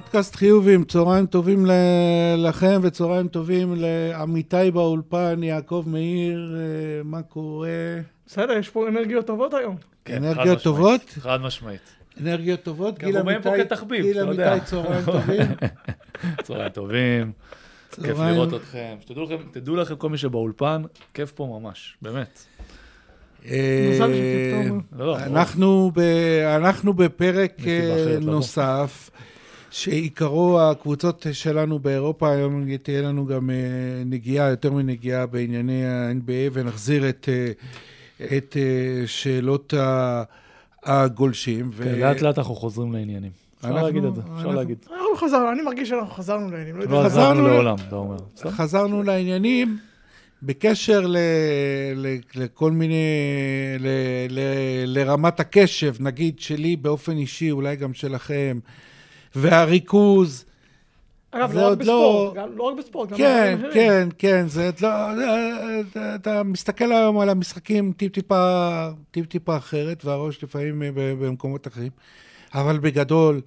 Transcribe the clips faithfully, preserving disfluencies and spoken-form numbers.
פודקאסט חיובים, צהריים טובים לכם וצהריים טובים לעמיתי באולפן, יעקב מאיר, מה קורה? בסדר, יש פה אנרגיות טובות היום. אנרגיות טובות? חד משמעית. אנרגיות טובות, גיל עמיתי, גיל עמיתי, צהריים טובים. צהריים טובים, כיף לראות אתכם. תדעו לכם כל מי שבאולפן, כיף פה ממש, באמת. אנחנו בפרק נוסף שעיקרו הקבוצות שלנו באירופה. היום תהיה לנו גם נגיעה, יותר מנגיעה בענייני ה-אן בי איי, ונחזיר את שאלות הגולשים. לאט לאט אנחנו חוזרים לעניינים. אפשר להגיד את זה, אפשר להגיד. אנחנו חזרנו, אני מרגיש שאנחנו חזרנו לעניינים. לא חזרנו לעולם, אתה אומר. חזרנו לעניינים. בקשר ל, ל, לכל מיני, ל, ל, לרמת הקשב, נגיד שלי באופן אישי, אולי גם שלכם, והריכוז. אגב, לא רק בספורט, לא, לא רק בספורט. כן, כן, כן, זה, לא, אתה מסתכל היום על המשחקים טיפ-טיפה, טיפ-טיפה אחרת, והראש לפעמים במקומות אחרים, אבל בגדול,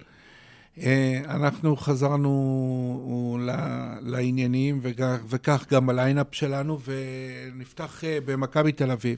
אנחנו חזרנו לעניינים, וכך גם הליינאפ שלנו, ונפתח במכבי תל אביב.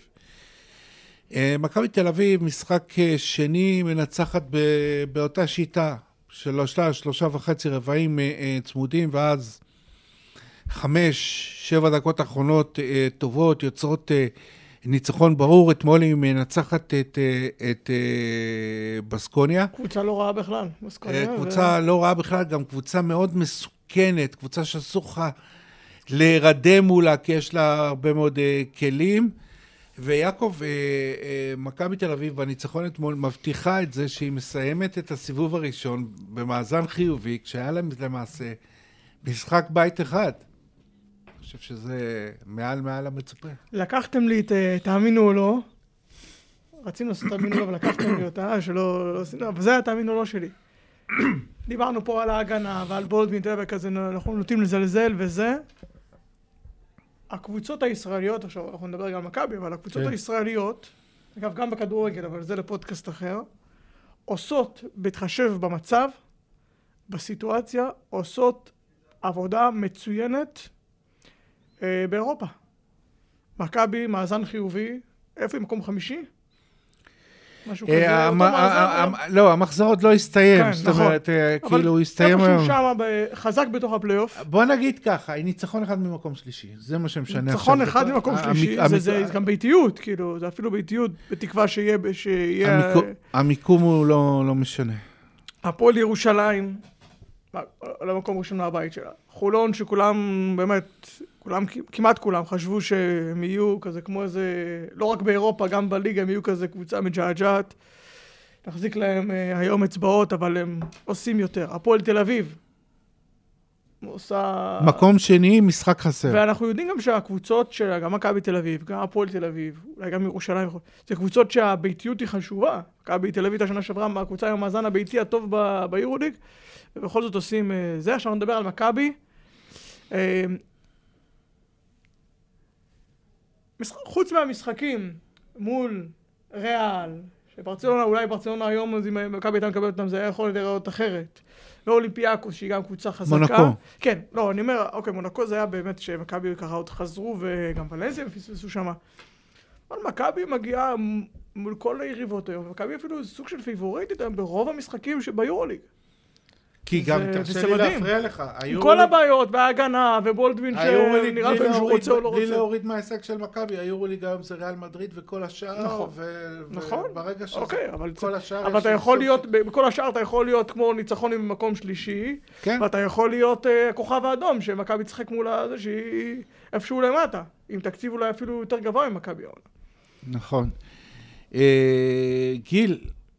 מכבי תל אביב, משחק שני, מנצחת באותה שיטה, שלושה, שלושה וחצי רבעים צמודים, ואז חמש, שבע דקות האחרונות טובות, יוצרות ניצחון ברור. אתמול היא מנצחת את, את בסקוניה. קבוצה לא רעה בכלל, בסקוניה. קבוצה ו... לא רעה בכלל, גם קבוצה מאוד מסוכנת, קבוצה שאסור לך להירדם מולה, כי יש לה הרבה מאוד כלים. ויעקב, מכבי תל אביב בניצחון אתמול מבטיחה את זה שהיא מסיימת את הסיבוב הראשון במאזן חיובי, כשהיה להם למעשה משחק בית אחד. אני חושב שזה מעל מעל המצופה. לקחתם לי את תאמינו או לא, רצינו לעשות תאמינו לא, ולקחתם לי אותה, שלא, לא, אבל זה היה תאמינו או לא שלי. דיברנו פה על ההגנה ועל בולדווין, וכזה, אנחנו נוטים לזלזל וזה. הקבוצות הישראליות, עכשיו אנחנו נדבר גם על מכבי, אבל הקבוצות כן. הישראליות, אגב גם בכדורגל, אבל זה לפודקאסט אחר, עושות, בהתחשב במצב, בסיטואציה, עושות עבודה מצוינת אה, באירופה. מכבי, מאזן חיובי, איפה היא מקום חמישי? משהו כזה, אותו מאזן. לא, המחזור עוד לא הסתיים, זאת אומרת, כאילו הוא הסתיים היום. איפשהו שם חזק בתוך הפלייאוף. בוא נגיד ככה, היא ניצחון אחד ממקום שלישי, זה מה שמשנה עכשיו. ניצחון אחד ממקום שלישי, זה גם ביתיות, כאילו, זה אפילו ביתיות, בתקווה שיהיה... המיקום הוא לא משנה. הפועל ירושלים, למקום ראשון מהבית שלה. חולון שכולם, באמת, כולם, כמעט כולם חשבו שהם יהיו כזה כמו איזה, לא רק באירופה, גם בליגה הם יהיו כזה קבוצה מג'עג'עת. נחזיק להם אה, היום אצבעות, אבל הם עושים יותר. הפועל תל אביב עושה... מקום שני, משחק חסר. ואנחנו יודעים גם שהקבוצות של, גם מכבי תל אביב, גם הפועל תל אביב, אולי גם ירושלים, זה קבוצות שהביתיות היא חשובה. מכבי תל אביב השנה שעברה, הקבוצה עם המאזן הביתי הטוב ב- ביורוליג, ובכל זאת עושים אה, זה. עכשיו נדבר על מכבי. אה, חוץ מהמשחקים מול ריאל, שברצלונה, אולי ברצלונה היום, אז אם מכבי הייתה מקבלת אותם, זה היה יכול להיראות אחרת. לא אולימפיאקוס, שהיא גם קבוצה חזקה. מונקו. כן, לא, אני אומר, אוקיי, מונקו זה היה באמת שמכבי ככה עוד חזרו, וגם ולנסיה פספסו שם. אבל מכבי מגיעה מול כל היריבות היום, מכבי אפילו סוג של פיבוריטית ברוב המשחקים שביורוליג. כי גם תרשה לי להפריע לך. עם כל הבעיות, וההגנה, ובולדווין שנראה לפעמים שהוא רוצה או לא רוצה. בלי להוריד מההישג של מכבי, היורוליג היום זה ריאל מדריד וכל השאר, וברגע שזה כל השאר... אבל אתה יכול להיות, בכל השאר אתה יכול להיות כמו ניצחון עם מקום שלישי, ואתה יכול להיות כוכב האדום, שמכבי צחק מול זה שהיא איפשהו למטה, עם תקציב אולי אפילו יותר גבוה ממכבי. נכון. גיל,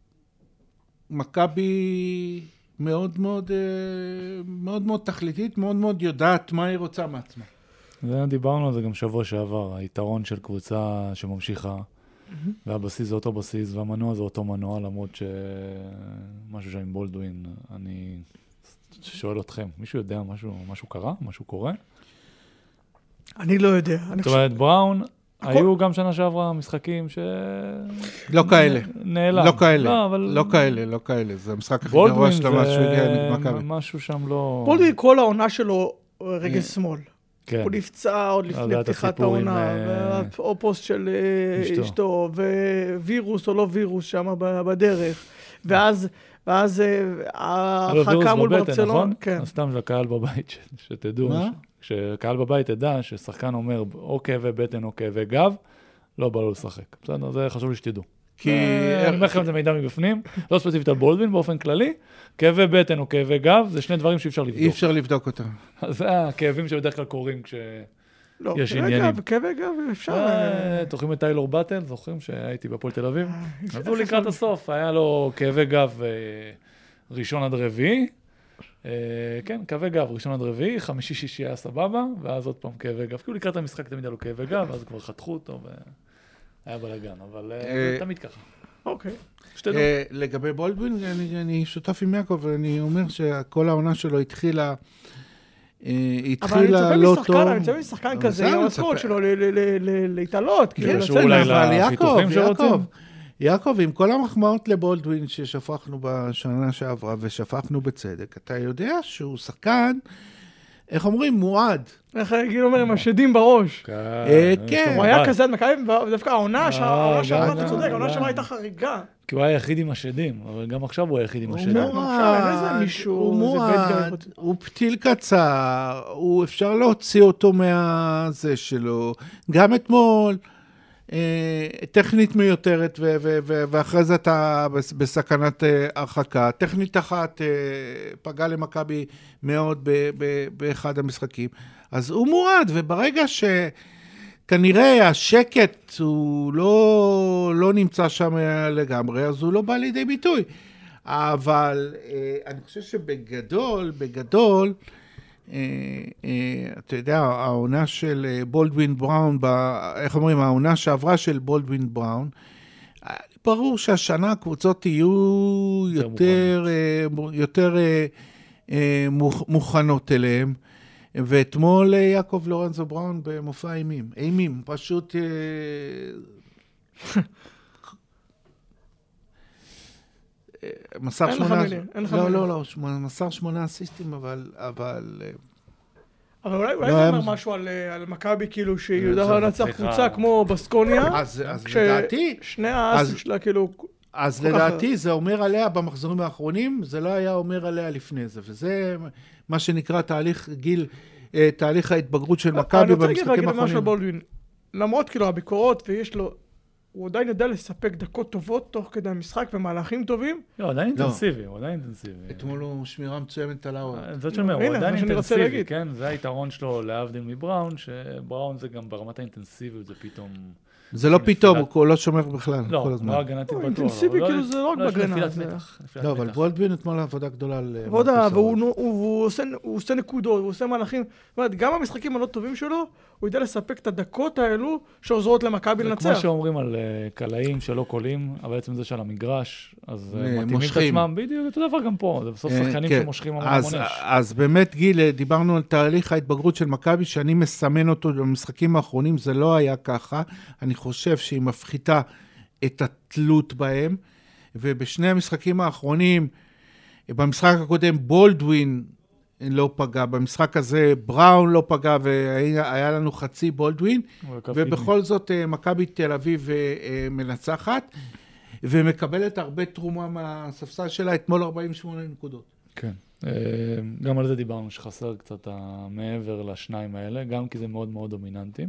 מכבי... מאוד מאוד, מאוד מאוד תכליתית, מאוד מאוד יודעת מה היא רוצה מעצמה. זה דיברנו על זה גם שבוע שעבר, היתרון של קבוצה שממשיכה, והבסיס זה אותו בסיס, והמנוע זה אותו מנוע, למרות שמשהו שם עם בולדווין, אני שואל אתכם, מישהו יודע משהו, משהו קרה? משהו קורה? אני לא יודע. זאת אומרת, בראון, היו גם שנה שעברה משחקים ש... לא כאלה. נעלם. לא כאלה. לא, אבל... לא כאלה, לא כאלה. זה המשחק הכי גרוע שלו, משהו הגיע נגד מכבי. משהו שם לא... בולדווין כל העונה שלו רגל שמאל. כן. הוא נפצע עוד לפני פתיחת העונה, או פוסט של אשתו, ווירוס או לא וירוס שם בדרך, ואז ואז ההרחקה מול ברצלונה. כן. אז סתם לקהל בבית, שתדעו, שקהל בבית ידע ששחקן אומר או כאבי בטן או כאבי גב, לא בא לו לשחק. בסדר, זה חשוב לי שתדעו. כי אני אומר לכם את זה מידע מבפנים, לא ספציפית על בולדווין, באופן כללי, כאבי בטן או כאבי גב, זה שני דברים שאי אפשר לבדוק. אי אפשר לבדוק אותם. זה הכאבים שבדרך כלל קורים כשיש עניינים. לא, כאבי גב אפשר. תוכלים את טיילור באטל, זוכרים שהייתי בפועל תל אביב? אז הוא לקראת הסוף, היה לו כאבי גב ראשון עד רביעי, כן, כאבי גב ראשון עד רביעי, חמישי שישי היה סבבה, ואז עוד פעם כאבי גב. כאילו לקראת המשחק תמיד היה לו כאבי גב, ואז כבר חתכו אותו היה בלגן, אבל תמיד ככה. אוקיי. לגבי בולדווין, אני שותף עם יעקב, ואני אומר שכל העונה שלו התחילה התחילה לא טוב. אבל אני מצפה משחקן כזה, המשכורת שלו להתעלות, כאילו לצאת. אולי לחיתוכים שרוצים. יעקב, עם כל המחמאות לבולדווין ששפכנו בשנה שעברה, ושפכנו בצדק, אתה יודע שהוא שחקן, איך אומרים, מועד. איך גיל אומר, עם השדים בראש. כן. הוא היה כזה, דווקא העונה שעברה, אתה צודק, העונה שעברה הייתה חריגה. כי הוא היה יחיד עם השדים, אבל גם עכשיו הוא היחיד עם השדים. הוא מועד, הוא מועד, הוא פתיל קצר, הוא אפשר להוציא אותו מהזה שלו. גם אתמול, טכנית מיותרת, ואחרי זה אתה בסכנת הרחקה. טכנית אחת פגע למכבי מאוד באחד המשחקים. אז הוא מועד, וברגע שכנראה השקט הוא לא, לא נמצא שם לגמרי, אז הוא לא בא לידי ביטוי. אבל אני חושב שבגדול, בגדול, אתה יודע, העונה של בולדווין בראון, איך אומרים, העונה שעברה של בולדווין בראון, ברור שהשנה הקבוצות יהיו יותר, יותר מוכנות אליהם, ואתמול יעקב לורנזו בראון במופע אימים, אימים, פשוט... מסר שמונה... לא, לא, לא, מסר שמונה אסיסטים, אבל... אבל אולי זה אומר משהו על מכבי, כאילו, שהיא יודעת לנצח קבוצה כמו בסקוניה. אז לדעתי... שני האסים שלה, כאילו... אז לדעתי זה אומר עליה במחזורים האחרונים, זה לא היה אומר עליה לפני זה, וזה מה שנקרא תהליך גיל, תהליך ההתבגרות של מכבי במשחקים האחרונים. אני רוצה להגיד משהו על בולדווין, למרות כאילו הביקורות ויש לו, הוא עדיין יודע לספק דקות טובות תוך כדי המשחק ומהלכים טובים. לא, עדיין אינטנסיבי, הוא עדיין אינטנסיבי. אתמול הוא שמירה מצוימת על האור. זאת שאומר, הוא עדיין אינטנסיבי, כן? זה היתרון שלו להבדיל מבראון, שבראון זה גם ברמת האינטנסיביות, זה פתאום... זה לא פתאום, הוא לא שומר בכלל. לא, הוא הגנתי בטוח. אינטנסיבי כאילו זה לא רק בגנה. לא, אבל בולדווין אתמול עבודה גדולה על... עבודה, והוא עושה נקודות, הוא עושה מהלכים. זאת אומרת, גם המשחקים הלא טובים שלו, הוא יודע לספק את הדקות האלו שעוזרות למכבי לנצח. זה כמו שאומרים על קלעים שלא קולים, אבל בעצם זה של המגרש, אז מתאימים את עצמם. בדיוק, אותו דבר גם פה, זה בסוף שחקנים שמושכים המון אש. אז באמת, גיל, דיברנו על תהליך ההתבגרות של מכבי, שאני מסמן אותו במשחקים האחרונים, זה לא היה ככה. אני חושב שהיא מפחיתה את התלות בהם, ובשני המשחקים האחרונים, במשחק הקודם בולדווין לא פגע, במשחק הזה בראון לא פגע, והיה לנו חצי בולדווין, ובכל זאת מכבי תל אביב מנצחת, ומקבלת הרבה תרומה מהספסל שלה, אתמול ארבעים ושמונה נקודות. כן, גם על זה דיברנו, שחסר קצת מעבר לשניים האלה, גם כי זה מאוד מאוד דומיננטי.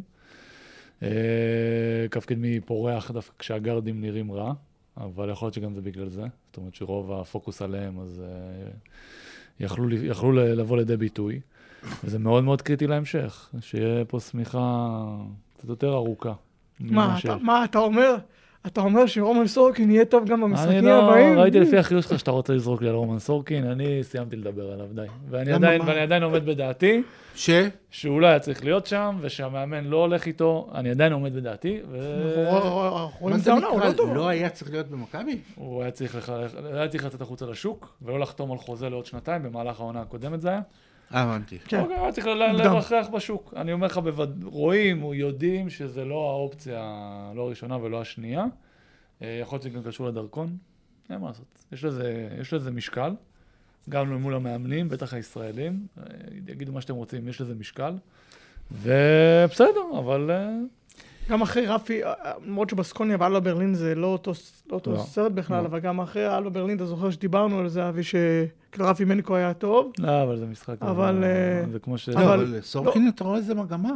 כף קדמי פורח דווקא כשהגרדים נראים רע, אבל יכול להיות שגם זה בגלל זה, זאת אומרת שרוב הפוקוס עליהם, אז יכלו, יכלו לבוא לידי ביטוי, וזה מאוד מאוד קריטי להמשך, שיהיה פה סמיכה קצת יותר ארוכה. מה, אתה, מה אתה אומר? אתה אומר שרומן סורקין יהיה טוב גם במשחקים לא, הבאים? אני לא, ראיתי לפי החיוך שלך שאתה רוצה לזרוק לי על רומן סורקין, אני סיימתי לדבר עליו, די. ואני עדיין, ואני עדיין עומד בדעתי, ש? שהוא לא היה צריך להיות שם, ושהמאמן לא הולך איתו, אני עדיין עומד בדעתי, ו... מה זה נקרא? לא היה צריך להיות במכבי? הוא היה צריך לתת החוצה לשוק, ולא לחתום על חוזה לעוד שנתיים, במהלך העונה הקודמת זה היה. הבנתי. אוקיי, היה צריך לרחח בשוק. אני אומר לך, רואים, יודעים שזה לא האופציה, לא הראשונה ולא השנייה. יכול להיות שזה גם קשור לדרכון. אין מה לעשות. יש לזה משקל. גם מול המאמנים, בטח הישראלים. יגידו מה שאתם רוצים, יש לזה משקל. ובסדר, אבל... גם אחרי רפי, למרות שבסקוניה ואלבה ברלין זה לא אותו, לא אותו לא, סרט בכלל, לא. אבל גם אחרי אלבה ברלין, אתה זוכר שדיברנו על זה, אבי שרפי מניקו היה טוב. לא, אבל זה משחק. אבל... זה כמו ש... לא, אבל סורקין, לא. אתה רואה איזה מגמה.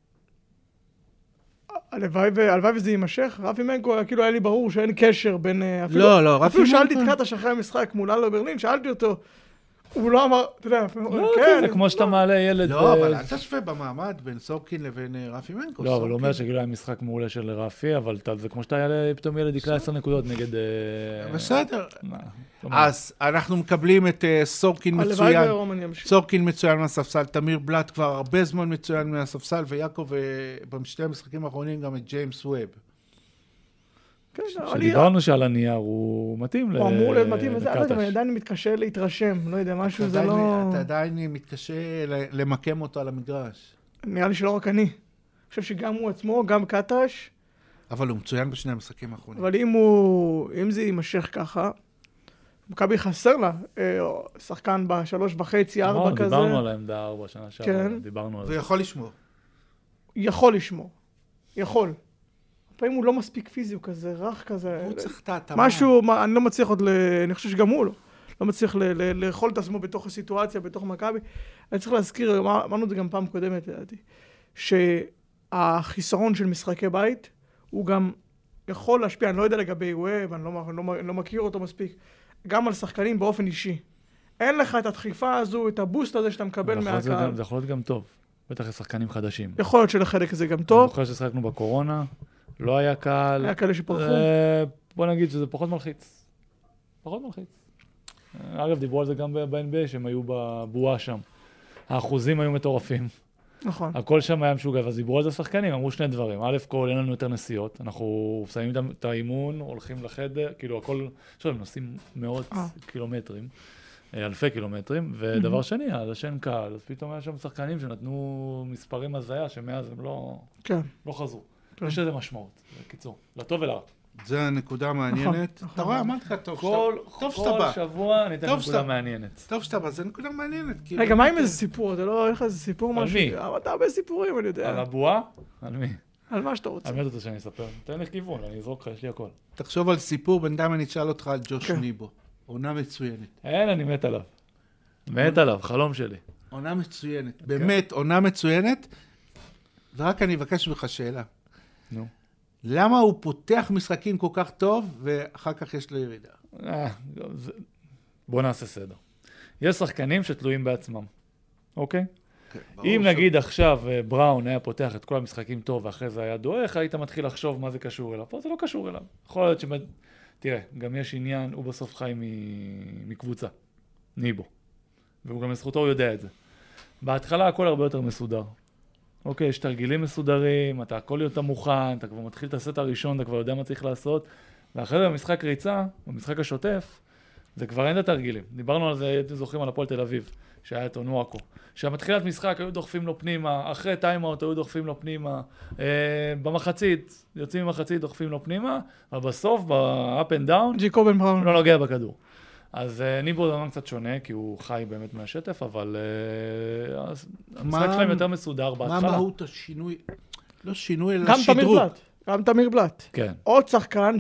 הלוואי וזה יימשך. רפי מניקו, כאילו היה לי ברור שאין קשר בין... אפילו, לא, לא, רפי אפילו שאלתי את קטש אחרי המשחק מול אלבה ברלין, שאלתי אותו, הוא לא אמר, אתה יודע, לא, כן, זה כמו שאתה מעלה ילד... לא, אבל אל תשווה במעמד בין סורקין לבין רפי מנקו. לא, אבל הוא אומר שגילו היה משחק מעולה של רפי, אבל זה כמו שאתה יעלה, פתאום ילד יקלה עשר נקודות נגד... בסדר. אז אנחנו מקבלים את סורקין מצוין. סורקין מצוין מהספסל, תמיר בלאט כבר הרבה זמן מצוין מהספסל, ויעקב בשתי המשחקים האחרונים גם את ג'יימס ווב. שדיברנו שעל הנייר הוא מתאים לקטש. הוא אמור להיות מתאים וזה, אבל אני עדיין מתקשה להתרשם, לא יודע, משהו זה לא... אתה עדיין מתקשה למקם אותו על המגרש. נראה לי שלא רק אני. אני חושב שגם הוא עצמו, גם קטש. אבל הוא מצוין בשני המשחקים האחרונים. אבל אם הוא, אם זה יימשך ככה, מכבי חסר לה, שחקן בשלוש וחצי, ארבע כזה. דיברנו על העמדה ארבע שנה שעברה, דיברנו על זה. ויכול לשמור. יכול לשמור. יכול. פעמים הוא לא מספיק פיזי, הוא כזה רך כזה. הוא צריך את ההתאמה. משהו, אני לא מצליח עוד, אני חושב שגם הוא לא. לא מצליח לאכול את עצמו בתוך הסיטואציה, בתוך מכבי. אני צריך להזכיר, אמרנו את זה גם פעם קודמת, לדעתי, שהחיסרון של משחקי בית, הוא גם יכול להשפיע, אני לא יודע לגבי ווב, אני לא, לא, לא מכיר אותו מספיק, גם על שחקנים באופן אישי. אין לך את הדחיפה הזו, את הבוסט הזה שאתה מקבל מהקהל. זה יכול להיות גם טוב, בטח לשחקנים חדשים. יכול להיות שלחלק זה גם טוב. אני זוכר ששחקנו בקורונה, לא היה קל. היה כאלה שפרחו. בוא נגיד שזה פחות מלחיץ. פחות מלחיץ. אגב, דיברו על זה גם ב-אן בי איי, שהם היו בבועה שם. האחוזים היו מטורפים. נכון. הכל שם היה משוגע, אז דיברו על זה שחקנים, אמרו שני דברים. א' כל, אין לנו יותר נסיעות. אנחנו שמים את האימון, הולכים לחדר, כאילו הכל, עכשיו, הם נוסעים מאות קילומטרים, אלפי קילומטרים, ודבר שני, אז השן קל, אז פתאום היה שם שחקנים שנתנו מספרים הזיה, שמאז הם לא חזרו. יש לזה משמעות, בקיצור, לטוב ולרע. זה הנקודה המעניינת. אתה רואה, אמרתי לך, טוב שאתה בא. כל שבוע אני אתן נקודה מעניינת. טוב שאתה בא, זה נקודה מעניינת. רגע, מה עם איזה סיפור? אתה לא, איך איזה סיפור משהו? על מי? אתה הרבה סיפורים, אני יודע. על הבועה? על מי? על מה שאתה רוצה. על מי אתה רוצה שאני אספר? תן לי כיוון, אני אזרוק לך, יש לי הכל. תחשוב על סיפור, בינתיים אני אשאל אותך על ג'וש ניבו. עונה מצוינת. אין, אני מת עליו. מת עליו, חלום שלי. עונה מצוינת. באמת, עונה מצוינת. ורק אני אבקש ממך שאלה. נו. למה הוא פותח משחקים כל כך טוב, ואחר כך יש לו ירידה? בוא נעשה סדר. יש שחקנים שתלויים בעצמם, אוקיי? אם נגיד עכשיו בראון היה פותח את כל המשחקים טוב, ואחרי זה היה דועך, היית מתחיל לחשוב מה זה קשור אליו. פה זה לא קשור אליו. יכול להיות ש... תראה, גם יש עניין, הוא בסוף חי מקבוצה, ניבו. והוא גם לזכותו, הוא יודע את זה. בהתחלה הכל הרבה יותר מסודר. אוקיי, יש תרגילים מסודרים, אתה הכל יותר מוכן, אתה כבר מתחיל את הסט הראשון, אתה כבר יודע מה צריך לעשות, ואחרי זה במשחק ריצה, במשחק השוטף, זה כבר אין את התרגילים. דיברנו על זה, אתם זוכרים על הפועל תל אביב, שהיה את אונואקו. שהמתחילת משחק היו דוחפים לו פנימה, אחרי טיימאוט היו דוחפים לו פנימה, אה, במחצית, יוצאים ממחצית, דוחפים לו פנימה, אבל בסוף, ב-up and down, ג'יקובן בראון לא נוגע בכדור. אז uh, ניבו זה קצת שונה, כי הוא חי באמת מהשטף, אבל uh, המשחק שלהם יותר מסודר בהתחלה. מה מהות השינוי? לא שינוי, אלא גם שדרוג. תמיר בלאט, גם תמיר בלאט. כן. עוד שחקן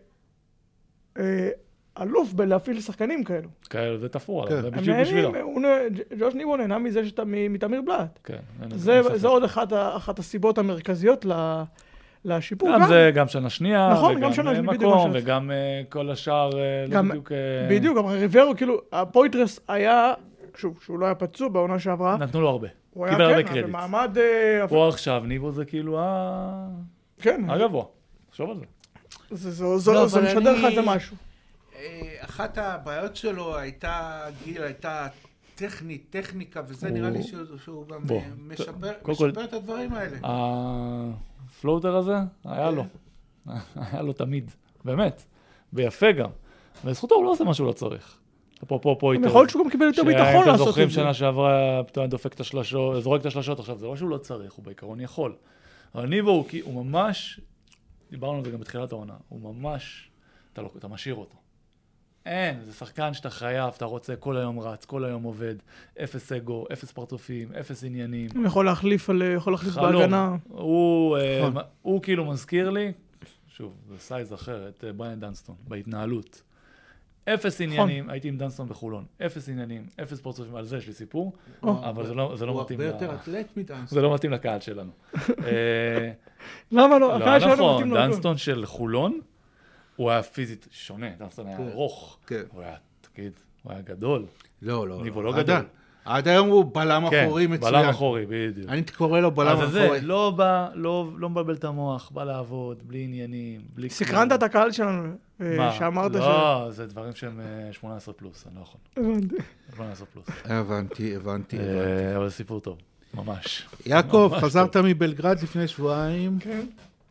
שאלוף בלהפעיל שחקנים כאלו. כאלו, זה תפור עליו, זה בדיוק בשבילו. ג'וש ניבו נהנה מזה שאתה מתמיר בלאט. כן. זה עוד אחת הסיבות המרכזיות ל... לשיפור גם. גם זה, גם שנה שנייה, נכון, וגם שנה, מקום, וגם uh, כל השאר, גם, לא בדיוק... בדיוק, גם ריברו, כאילו, הפויטרס היה, שוב, שהוא לא היה פצוע בעונה שעברה. נתנו לו הרבה. הוא היה, כן, הרבה במעמד... פה עכשיו, ניבו זה כאילו ה... כן. הגבוה. תחשוב על זה. זה, זה, זה, לא, זה משדר לך איזה משהו. אחת הבעיות שלו הייתה, גיל, הייתה טכנית, טכניקה, וזה נראה לי שהוא גם משפר את הדברים האלה. הפלוטר הזה, היה לו. היה לו תמיד. באמת. ויפה גם. ולזכותו הוא לא עושה מה שהוא לא צריך. אפרופו פה איתו. יכול להיות שהוא גם קיבל יותר ביטחון לעשות את זה. שאתם זוכרים שנה שעברה, פתאום דופק את השלשות, זורק את השלשות, עכשיו זה לא שהוא לא צריך, הוא בעיקרון יכול. אבל ניבו הוא ממש, דיברנו על זה גם בתחילת העונה, הוא ממש, אתה, לא, אתה משאיר אותו. אין, זה שחקן שאתה חייב, אתה רוצה, כל היום רץ, כל היום עובד, אפס אגו, אפס פרצופים, אפס עניינים. הוא יכול להחליף על, יכול להחליף בהגנה. הוא, uh, הוא כאילו מזכיר לי, שוב, זה סייז אחר, את בריאן דנסטון, בהתנהלות. אפס עניינים, הייתי עם דנסטון בחולון, אפס עניינים, אפס פרצופים, על זה יש לי סיפור, אבל זה לא, זה לא מתאים. הוא הרבה יותר אתלט מדנסטון. זה לא מתאים לקהל שלנו. למה לא? לא נכון, דנסטון של חולון, הוא היה פיזית שונה, דנסטון היה ארוך, הוא היה, תגיד, הוא היה גדול. לא, לא. ניבו לא גדול. עד היום הוא בלם אחורי מצוין. בלם אחורי, בדיוק. אני קורא לו בלם אחורי. אז זה, לא בא, לא מבלבל את המוח, בא לעבוד, בלי עניינים, בלי... סקרנת את הקהל שלנו, שאמרת ש... לא, זה דברים שהם שמונה עשרה פלוס, אני לא יכול. הבנתי. שמונה עשרה פלוס. הבנתי, הבנתי. אבל זה סיפור טוב, ממש. יעקב, חזרת מבלגרד לפני שבועיים. כן.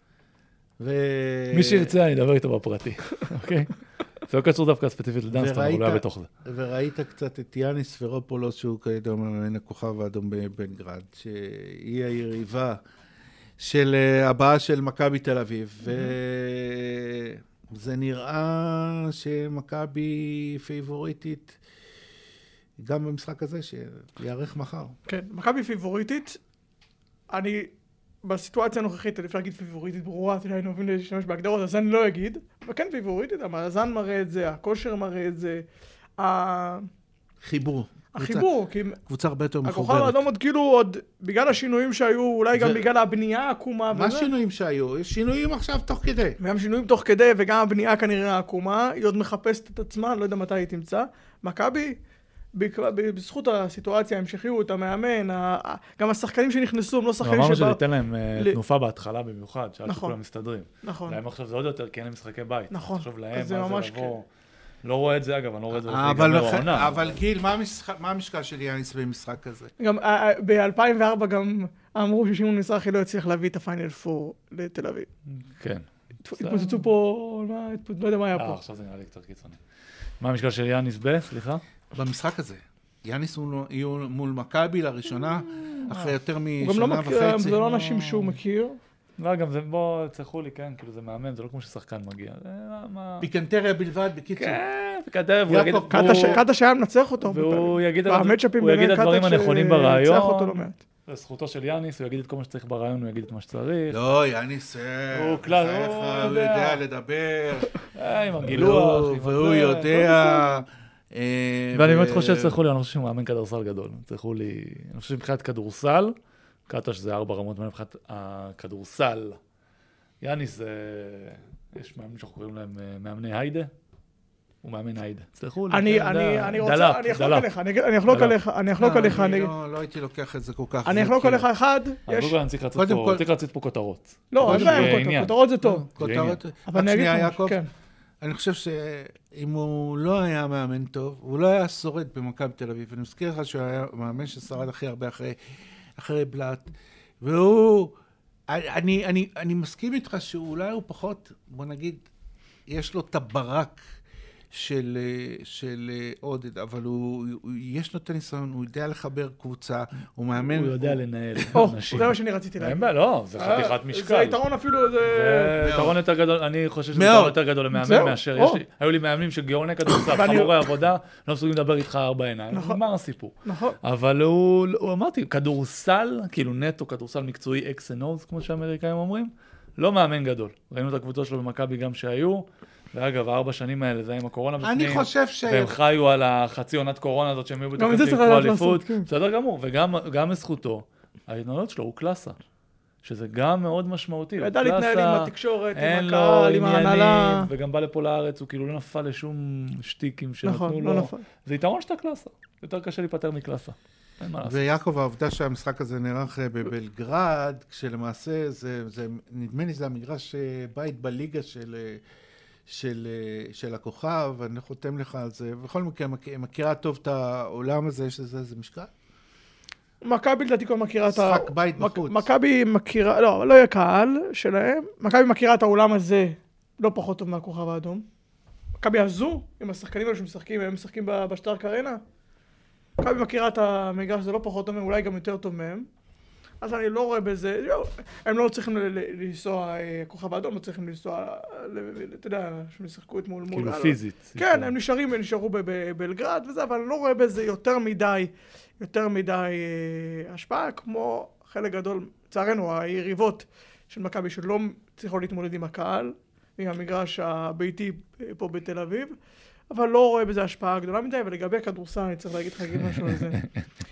מי שירצה, אני אדבר איתו בפרטי, אוקיי? זה לא קצור דווקא ספציפית לדנסטון, אבל הוא היה בתוך זה. וראית קצת את יאניס ספרופולוס, שהוא כידוע מאמן הכוכב האדום בבלגרד, שהיא היריבה של הבאה של מכבי תל אביב, וזה נראה שמכבי פייבוריטית, גם במשחק הזה, שיערך מחר. כן, מכבי פייבוריטית, אני... בסיטואציה הנוכחית, אני אפשר להגיד פיבוריטית ברורה, אתם היינו אוהבים להשתמש בהגדרות, אז אני לא אגיד, אבל כן פיבוריטית, המאזן מראה את זה, הכושר מראה את זה, חיבור. החיבור, כי... קבוצה הרבה יותר מחוברת. הכוכב האדום עוד כאילו עוד, בגלל השינויים שהיו, אולי גם בגלל הבנייה העקומה. מה השינויים שהיו? יש שינויים עכשיו תוך כדי. גם שינויים תוך כדי, וגם הבנייה כנראה העקומה, היא עוד מחפשת את עצמה, לא יודע מתי היא תמצא. מכבי, בזכות הסיטואציה, המשכיות, המאמן, גם השחקנים שנכנסו, הם לא שחקנים שבא... אמרנו שזה ייתן להם תנופה בהתחלה במיוחד, שעד שכולם מסתדרים. נכון. להם עכשיו זה עוד יותר, כי אין להם משחקי בית. נכון. עכשיו להם, מה זה לבוא... לא רואה את זה, אגב, אני לא רואה את זה. אבל גיל, מה המשקל של יאניס במשחק הזה? גם ב-אלפיים וארבע גם אמרו ששמעון מזרחי לא הצליח להביא את הפיינל פור לתל אביב. כן. התפוצצו פה, לא יודע מה היה פה. עכשיו זה נראה לי קצת קיצוני. מה המשקל של יאניס ב? סליחה? במשחק הזה. יאניס יהיו מול מכבי לראשונה, אחרי יותר משנה וחצי. זה לא אנשים שהוא מכיר. לא, גם זה, בוא, צחו לי, כן, כאילו זה מאמן, זה לא כמו ששחקן מגיע. פיקנטריה בלבד, בקיצור. כן, פיקנטריה, והוא יגיד... קאטה שהיה מנצח אותו. והוא יגיד את הדברים הנכונים ברעיון. לזכותו של יאניס, הוא יגיד את כל מה שצריך ברעיון, הוא יגיד את מה שצריך. לא, יאניס, הוא כלל, הוא יודע לדבר. עם הגילוח. והוא יודע... ואני באמת חושב שצריכו לי, אני חושב שהוא מאמן כדורסל גדול. צריכו לי, אני חושב שמבחינת כדורסל, קאטה שזה ארבע רמות, מבחינת הכדורסל. יאניס זה, יש מאמנים שאנחנו קוראים להם מאמני היידה. הוא מאמן היידה. צריכו לי. אני, אני, אני רוצה, אני אחלוק עליך, אני אחלוק עליך, אני אחלוק עליך. אני לא הייתי לוקח את זה כל כך. אני אחלוק עליך אחד. אני צריך לצאת פה כותרות. לא, אין בעיה, כותרות זה טוב. כותרות. רק שנייה, יעקב. אני חושב שאם הוא לא היה מאמן טוב, הוא לא היה שורד במכבי תל אביב. אני מזכיר לך שהוא היה מאמן ששרד הכי הרבה אחרי, אחרי בלאט. והוא, אני, אני, אני מסכים איתך שאולי הוא פחות, בוא נגיד, יש לו את הברק של, של עודד, אבל הוא, הוא, יש לו את הניסיון, הוא יודע לחבר קבוצה, הוא מאמן... הוא יודע לנהל אנשים. זה מה שאני רציתי להגיד. לא, זה חתיכת משקל. זה יתרון אפילו, זה... יתרון יותר גדול, אני חושב שזה יתרון יותר גדול למאמן מאשר יש לי. היו לי מאמנים שגאוני כדורסל, חמורי עבודה, לא מסוגלים לדבר איתך ארבע עיניים. נגמר הסיפור. נכון. אבל הוא, אמרתי, כדורסל, כאילו נטו כדורסל מקצועי אקס אנד או'ס, כמו שהאמריקאים אומרים, לא מאמן גדול. ראינו את הקבוצות שלו במכבי גם שהיו. ואגב, הארבע שנים האלה, זה עם הקורונה בפנים. אני חושב ש... והם חיו על החצי עונת קורונה הזאת, שהם היו בתוכנית לקרוא אליפות. בסדר גמור, וגם לזכותו, ההתנהלות שלו הוא קלאסה. שזה גם מאוד משמעותי. הוא ידע להתנהל עם התקשורת, עם הקהל, עם ההנהלה. וגם בא לפה לארץ, הוא כאילו לא נפל לשום שטיקים שנתנו לו. זה יתרון שאתה קלאסה. יותר קשה להיפטר מקלאסה. ויעקב, העובדה שהמשחק הזה נערך בבלגרד, כשלמעשה זה, זה, נדמה לי זה המגרש בית בליגה של... של, של הכוכב, אני חותם לך על זה, בכל מקרה, מכירה טוב את העולם הזה, יש לזה איזה משקל? מכבי לדעתי כבר מכירה את ה... משחק בית בחוץ. מכבי מכירה, לא, לא יהיה קהל שלהם, מכבי מכירה את העולם הזה לא פחות טוב מהכוכב האדום. מכבי הזו, עם השחקנים האלה שמשחקים, הם משחקים בשטארק ארנה. מכבי מכירה את המגרש, זה לא פחות טוב מהם, אולי גם יותר טוב מהם. אז אני לא רואה בזה, לא, הם לא צריכים לנסוע, כוכב האדום, לא צריכים לנסוע, אתה יודע, שהם ישחקו את מול... כאילו פיזית. כן, הם נשארים, הם נשארו בבלגרד וזה, אבל אני לא רואה בזה יותר מדי, יותר מדי השפעה, כמו חלק גדול, לצערנו, היריבות של מכבי שלא צריכו להתמודד עם הקהל, עם המגרש הביתי פה בתל אביב, אבל לא רואה בזה השפעה גדולה מדי, ולגבי הכדורסל, אני צריך להגיד לך משהו על זה.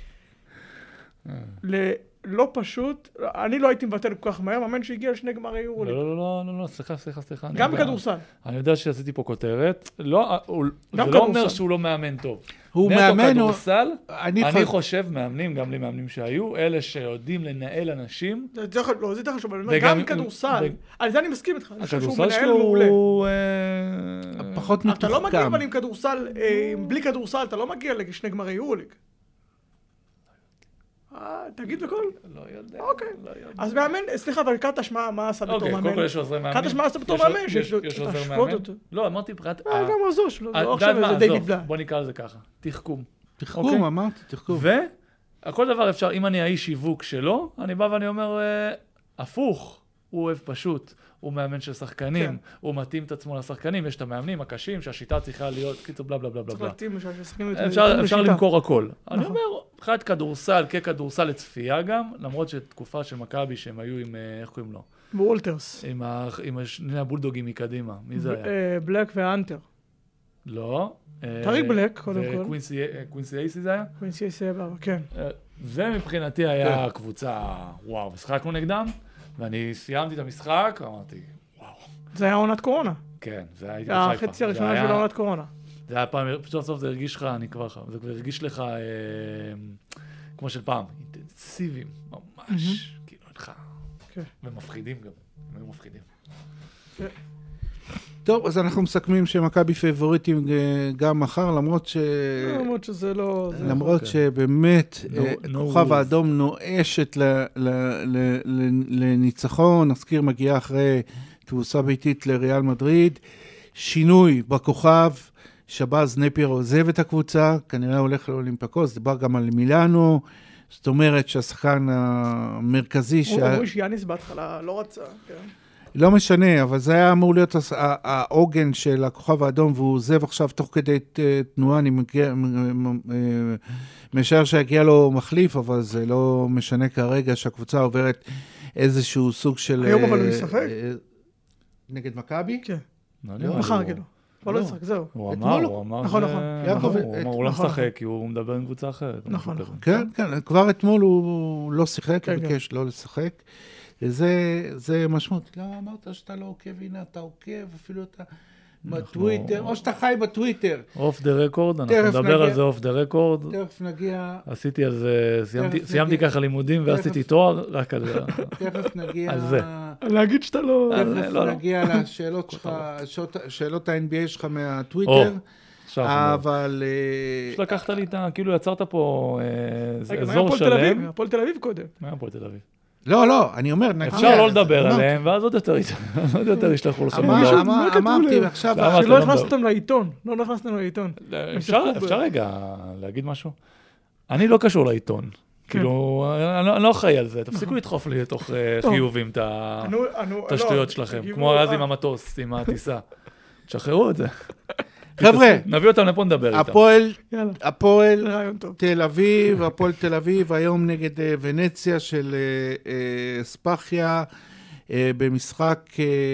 לא פשוט, אני לא הייתי מבטל כל כך מהר, מאמן שהגיע לשני גמרי יורוליג. לא, לא, לא, לא, סליחה, סליחה, סליחה. גם בכדורסל. אני יודע שעשיתי פה כותרת, זה לא אומר שהוא לא מאמן טוב. הוא מאמן, כדורסל, אני חושב, מאמנים, גם לי מאמנים שהיו, אלה שיודעים לנהל אנשים. לא, זה יותר חשוב, גם כדורסל, על זה אני מסכים איתך. הכדורסל שלו הוא פחות מתוחכם. אתה לא מגיע אבל עם כדורסל, בלי כדורסל, אתה לא מגיע לשני גמרי יורוליג. תגיד בכל? לא יודע. אוקיי. אז מאמן, סליחה, אבל קטש מה עשה בתור מאמן? אוקיי, קודם כל יש עוזרי מאמן. קטש מה עשה בתור מאמן? יש עוזר מאמן? לא, אמרתי פרט... אה, גם עזור שלו. לא עכשיו איזה דיוויד בלאט. בוא נקרא לזה ככה. תחכום. תחכום, אמרתי, תחכום. והכל דבר אפשר, אם אני האיש שיווק שלו, אני בא ואני אומר, הפוך, הוא אוהב פשוט. הוא מאמן של שחקנים, הוא מתאים את עצמו לשחקנים, יש את המאמנים הקשים שהשיטה צריכה להיות, קיצור בלה בלה בלה בלה. צריך להתאים שהשחקנים... אפשר למכור הכל. אני אומר, אחד כדורסל, ככדורסל לצפייה גם, למרות שתקופה של מכבי שהם היו עם, איך קוראים לו? וולטרס. עם שני הבולדוגים מקדימה. מי זה היה? בלק ואנטר. לא. טריק בלק, קודם כל. וקווינסי אייסי זה היה? קווינסי אייסי היה, כן. זה מבחינתי היה קבוצה, וואו, משחקנו נגדם. ואני סיימתי את המשחק, אמרתי, וואו. זה היה עונת קורונה. כן, זה היה בחיפה. החצי הראשונה של עונת קורונה. זה היה פעם, פשוט סוף זה הרגיש לך, אני כבר לך, זה כבר הרגיש לך אה, כמו של פעם, אינטנסיביים, ממש, כאילו, לך, ומפחידים גם, הם היו מפחידים. טוב, אז אנחנו מסכמים שמכבי פייבוריטים גם מחר, למרות ש... למרות שזה לא... למרות שבאמת כוכב האדום נואשת לניצחון, נזכיר מגיעה אחרי תבוסה ביתית לריאל מדריד, שינוי בכוכב, שבאז נפייר עוזב את הקבוצה, כנראה הולך לאולימפיקוס, דיבר גם על מילאנו, זאת אומרת שהשחקן המרכזי... הוא אומרים שיאניס בהתחלה לא רצה, כן. לא משנה, אבל זה היה אמור להיות העוגן של הכוכב האדום, והוא עוזב עכשיו תוך כדי תנועה, אני משער שהגיע לו מחליף, אבל זה לא משנה כרגע שהקבוצה עוברת איזשהו סוג של... היום אבל הוא ישחק? נגד מכבי? כן. מחר כאילו. הוא לא ישחק, זהו. הוא אמר, הוא אמר, נכון, נכון. הוא לא משחק, כי הוא מדבר עם קבוצה אחרת. נכון. כן, כן, כבר אתמול הוא לא שיחק, הוא ביקש לא לשחק. זה, זה משמעות. לא, אמרת שאתה לא עוקב, הנה, אתה עוקב, אפילו אתה בטוויטר, או שאתה חי בטוויטר. אוף דה רקורד, אנחנו נדבר על זה אוף דה רקורד. תכף נגיע... עשיתי על זה, סיימתי ככה לימודים ועשיתי תואר, רק על זה. תכף נגיע... על זה. להגיד שאתה לא... תכף נגיע לשאלות שלך, שאלות ה-אן בי איי שלך מהטוויטר. אבל... פשוט לקחת לי את ה... כאילו יצרת פה אזור שלם. הפועל תל אביב קודם. מה הפועל תל אביב? לא, לא, אני אומר... אפשר לא לדבר עליהם, ואז עוד יותר ישלחו לך. אמרתי, עכשיו... שלא הכנסתם לעיתון, לא נכנסתם לעיתון. אפשר רגע להגיד משהו? אני לא קשור לעיתון. כאילו, אני לא אחראי על זה. תפסיקו לדחוף לי לתוך חיובים את השטויות שלכם. כמו אז עם המטוס, עם הטיסה. תשחררו את זה. חבר'ה, נביא אותם לפה נדבר איתם. הפועל, הפועל תל אביב, הפועל תל אביב, היום נגד ונציה של ספחיה, במשחק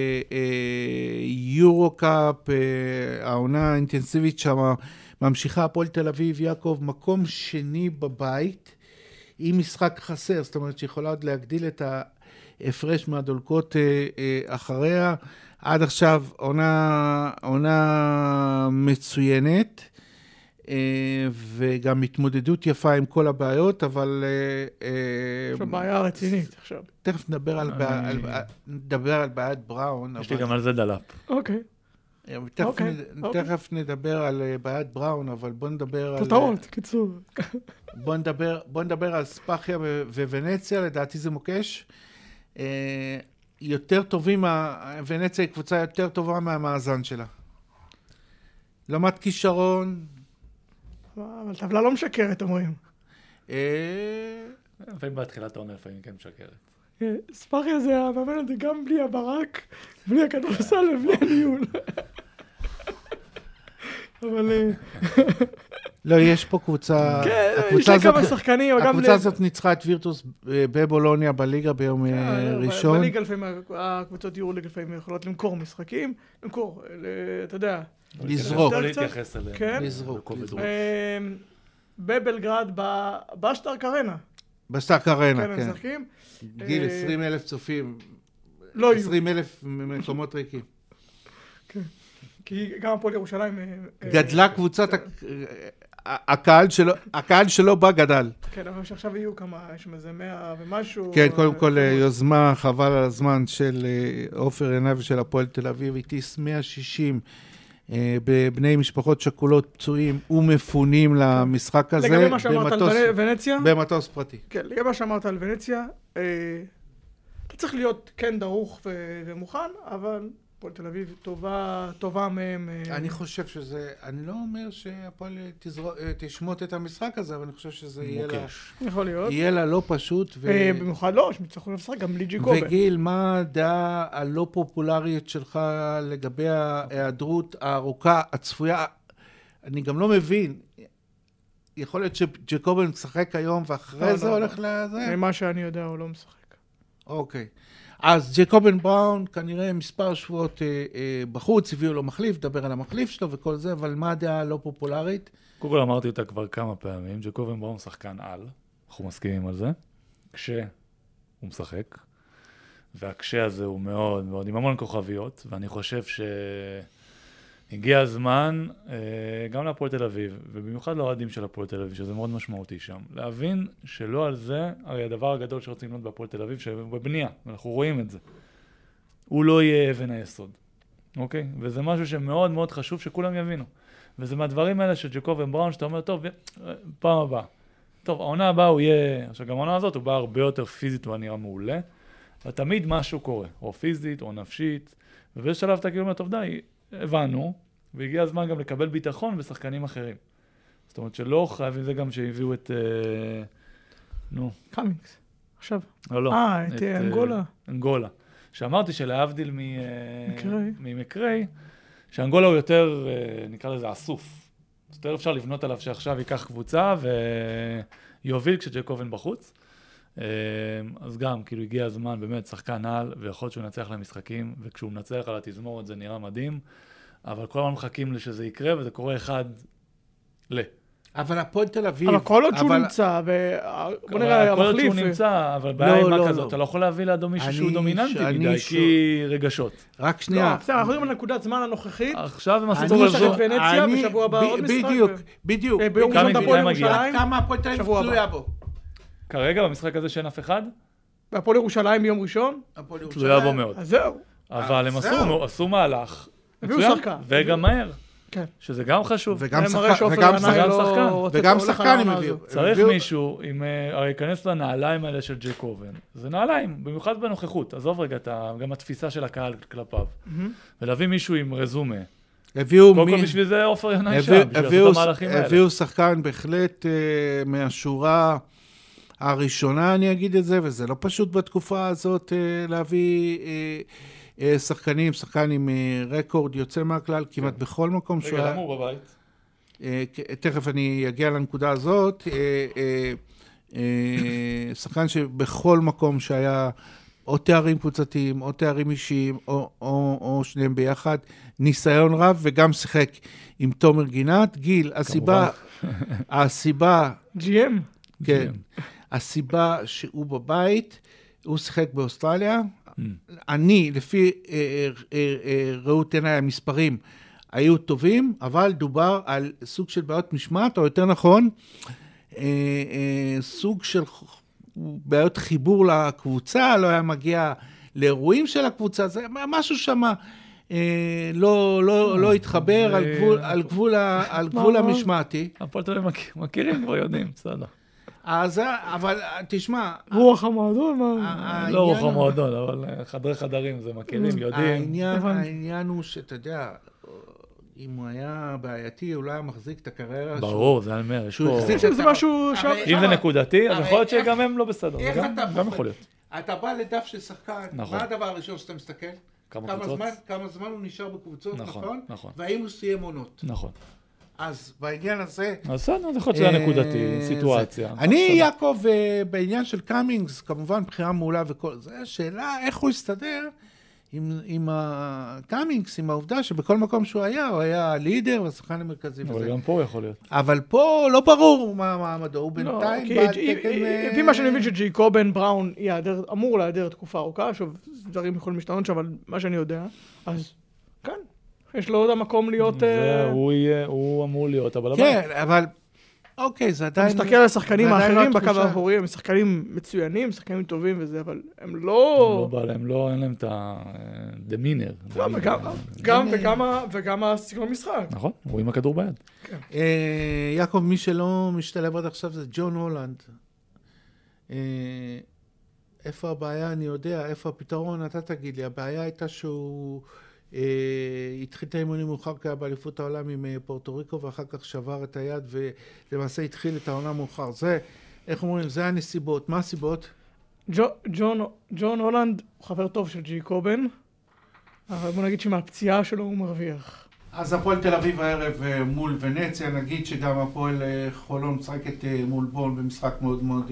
יורו-קאפ, העונה האינטנסיבית שם, ממשיכה הפועל תל אביב, יעקב, מקום שני בבית, עם משחק חסר, זאת אומרת שיכולה עוד להגדיל את ההפרש מהדולקות אחריה, עד עכשיו עונה, עונה מצוינת, וגם התמודדות יפה עם כל הבעיות, אבל... יש לו בעיה רצינית עכשיו. תכף נדבר על, בעיה, על, נדבר על בעיית בראון. יש לי גם על זה דלאפ. אוקיי. תכף, אוקיי, נ, אוקיי. תכף נדבר על בעיית בראון, אבל בוא נדבר על... תותרות, קיצור. בוא נדבר, בוא נדבר על ספחיה וונציה, לדעתי זה מוקש. יותר טובים, ונציה היא קבוצה יותר טובה מהמאזן שלה. למד כישרון. אבל טבלה לא משקרת, אומרים. לפעמים בהתחילת העונה, לפעמים כן משקרת. ספריה זה המאמן הזה גם בלי הברק, בלי הכדורסל ובלי הניהול. אבל... לא, יש פה קבוצה... כן, יש לי כמה שחקנים. הקבוצה הזאת ניצחה את וירטוס בבולוניה בליגה ביום ראשון. בליגה לפעמים, הקבוצות יורוליג לפעמים יכולות למכור משחקים, למכור, אתה יודע. לזרוק. להתייחס אליהם. כן. לזרוק. בבלגרד, בשטארק ארנה. בשטארק ארנה, כן. כן, משחקים. גיל עשרים אלף צופים. לא יהיו. עשרים אלף מקומות ריקים. כן. כי גם הפועל ירושלים... גדלה קבוצת... הקהל שלו בא גדל. כן, אבל שעכשיו יהיו כמה, יש איזה מאה ומשהו. כן, קודם כל יוזמה חבל על הזמן של עופר עיניו ושל הפועל תל אביב, הטיס מאה ושישים בבני משפחות שכולות פצועים ומפונים למשחק הזה. לגבי מה שאמרת על ונציה? במטוס פרטי. כן, לגבי מה שאמרת על ונציה, אתה צריך להיות כן דרוך ומוכן, אבל... הפועל תל אביב טובה, טובה מהם. אני חושב שזה, אני לא אומר שהפועל תשמוט את המשחק הזה, אבל אני חושב שזה יהיה לה... יכול להיות. יהיה לה לא פשוט. במיוחד לא, שמצטרכו לשחק גם בלי ג'יקובה. וגיל, מה הדעה הלא פופולרית שלך לגבי ההיעדרות הארוכה, הצפויה? אני גם לא מבין. יכול להיות שג'קובן משחק היום ואחרי זה הולך לזה? ממה שאני יודע, הוא לא משחק. אוקיי. אז ג'קובן בראון כנראה מספר שבועות אה, אה, בחוץ, הביאו לו מחליף, דבר על המחליף שלו וכל זה, אבל מה הדעה לא פופולרית? קודם כל אמרתי אותה כבר כמה פעמים, ג'קובן בראון שחקן על, אנחנו מסכימים על זה, כשהוא משחק, והקשה הזה הוא מאוד מאוד, עם המון כוכביות, ואני חושב שהגיע הזמן, אה, גם להפועל תל אביב, ובמיוחד לאוהדים של הפועל תל אביב, שזה מאוד משמעותי שם, להבין שלא על זה, הרי הדבר הגדול שרוצים לבנות בהפועל תל אביב, שבבנייה, ואנחנו רואים את זה, הוא לא יהיה אבן היסוד, אוקיי? וזה משהו שמאוד מאוד חשוב שכולם יבינו. וזה מהדברים האלה של ג'קובן בראון, שאתה אומר, טוב, פעם הבאה. טוב, העונה הבאה הוא יהיה, עכשיו גם העונה הזאת הוא בא הרבה יותר פיזית ונראה מעולה, ותמיד משהו קורה, או פיזית או נפשית, ובשלב אתה כאילו אומר, טוב די, הבנו, והגיע הזמן גם לקבל ביטחון בשחקנים אחרים. זאת אומרת שלא חייבים, זה גם שהביאו את... נו. קאמינגס, עכשיו. לא, לא. אה, את אנגולה. אנגולה. שאמרתי שלהבדיל ממקרי, שאנגולה הוא יותר, נקרא לזה, אסוף. יותר אפשר לבנות עליו שעכשיו ייקח קבוצה ויוביל כשג'קובן בחוץ. אז גם, כאילו הגיע הזמן, באמת, שחקן על, ויכול להיות שהוא ינצח למשחקים, וכשהוא מנצח על התזמורת זה נראה מדהים, אבל כל הזמן מחכים לשזה יקרה, וזה קורה אחד ל. אבל הפועל תל אביב... אבל כל עוד שהוא נמצא, בוא נראה, המחליף... כל עוד שהוא נמצא, אבל בעיה עם מה כזאת, אתה לא יכול להביא לידו מישהו שהוא דומיננטי מדי, כי רגשות. רק שנייה. לא, בסדר, אנחנו יודעים על נקודת זמן הנוכחית. עכשיו הם עשו אני אשחק ונציה, בשבוע הבא עוד משחק. בדיוק, בדיוק. ביום ראשון את הפועל ירושלים. כמה הפועל תל אביב תלויה בו? כרגע, במשחק הזה שאין אף אחד? והפועל ירושלים ביום ראשון? תלויה בו מאוד. אז זהו. אבל הם עשו מהלך. הביאו שחקן. וגם מהר. כן. שזה גם חשוב. וגם שחקן. וגם שחקן הם הביאו. צריך מישהו, הרי ייכנס לנעליים האלה של ג'קובן. זה נעליים, במיוחד בנוכחות. עזוב רגע, גם התפיסה של הקהל כלפיו. ולהביא מישהו עם רזומה. הביאו... קודם כל בשביל זה עופר ינאי שם, בשביל לעשות את המהלכים האלה. הביאו שחקן בהחלט מהשורה הראשונה, אני אגיד את זה, וזה לא פשוט בתקופה הזאת להביא... שחקנים, שחקן עם רקורד יוצא מהכלל, כמעט בכל מקום שהוא... רגע, למה הוא בבית? תכף אני אגיע לנקודה הזאת. שחקן שבכל מקום שהיה או תארים קבוצתיים, או תארים אישיים, או שניהם ביחד, ניסיון רב, וגם שיחק עם תומר גינת. גיל, הסיבה... הסיבה... ג'י אם? כן. הסיבה שהוא בבית, הוא שיחק באוסטרליה, אני, לפי ראות עיניי, המספרים היו טובים, אבל דובר על סוג של בעיות משמעת, או יותר נכון, סוג של בעיות חיבור לקבוצה, לא היה מגיע לאירועים של הקבוצה, זה משהו שם לא התחבר על גבול המשמעתי. הפועל תל אביב מכירים, כבר יודעים, בסדר. אז, אבל תשמע... רוח המועדון? לא רוח המועדון, אבל חדרי חדרים זה מכירים, יודעים. העניין הוא שאתה יודע, אם הוא היה בעייתי, הוא לא היה מחזיק את הקריירה. ברור, זה אני אומר, יש פה... זה משהו... אם זה נקודתי, אז יכול להיות שגם הם לא בסדר. גם יכול להיות. אתה בא לדף של שחקן, מה הדבר הראשון שאתה מסתכל? כמה קבוצות? כמה זמן הוא נשאר בקבוצות, נכון? נכון. והאם הוא סיים עונות. נכון. אז בעניין הזה... אז בסדר, זה יכול להיות שזה נקודתי, סיטואציה. אני, יעקב, בעניין של קאמינגס, כמובן בחירה מעולה וכל זה, השאלה איך הוא הסתדר עם הקאמינגס, עם העובדה שבכל מקום שהוא היה, הוא היה לידר והשחקן המרכזי וזה. אבל גם פה יכול להיות. אבל פה לא ברור מה מעמדו, הוא בינתיים בעל תקן... לפי מה שאני מבין שג'ייקובן בראון אמור להיעדר תקופה ארוכה, שוב, דברים יכולים להשתנות, אבל מה שאני יודע, אז כן. יש לו עוד המקום להיות... הוא אמור להיות, אבל... כן, אבל... אוקיי, זה עדיין... אתה מסתכל על השחקנים האחרים בקו האחורי, הם שחקנים מצוינים, שחקנים טובים וזה, אבל הם לא... הם לא, אין להם את הדמינר. וגם הסגנון משחק. נכון, הוא עם הכדור ביד. יעקב, מי שלא משתלב עד עכשיו זה ג'ון הולנד. איפה הבעיה, אני יודע, איפה הפתרון, אתה תגיד לי. הבעיה הייתה שהוא... התחיל את האימונים מאוחר כהיה באליפות העולם עם פורטו ריקו, ואחר כך שבר את היד ולמעשה התחיל את העונה מאוחר. זה, איך אומרים, זה הנסיבות. מה הסיבות? ג'ון הולנד הוא חבר טוב של ג'ייקובן, אבל בוא נגיד שמהפציעה שלו הוא מרוויח. אז הפועל תל אביב הערב מול ונציה, נגיד שגם הפועל חולון משחקת מול בון במשחק מאוד מאוד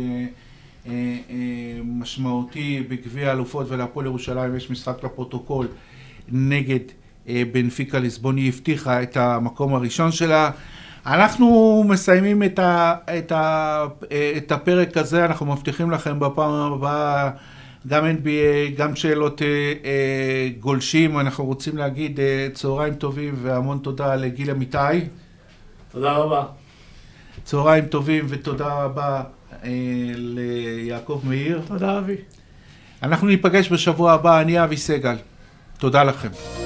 משמעותי בגביע האלופות, ולהפועל ירושלים יש משחק לפרוטוקול נגד בנפיקה ליסבון. היא הבטיחה את המקום הראשון שלה. אנחנו מסיימים את, ה, את, ה, את הפרק הזה, אנחנו מבטיחים לכם בפעם הבאה גם אן בי איי, גם שאלות גולשים. אנחנו רוצים להגיד צהריים טובים והמון תודה לגיל אמיתי. תודה רבה. צהריים טובים ותודה רבה ליעקב מאיר. תודה אבי. אנחנו ניפגש בשבוע הבא, אני אבי סגל. תודה לכם.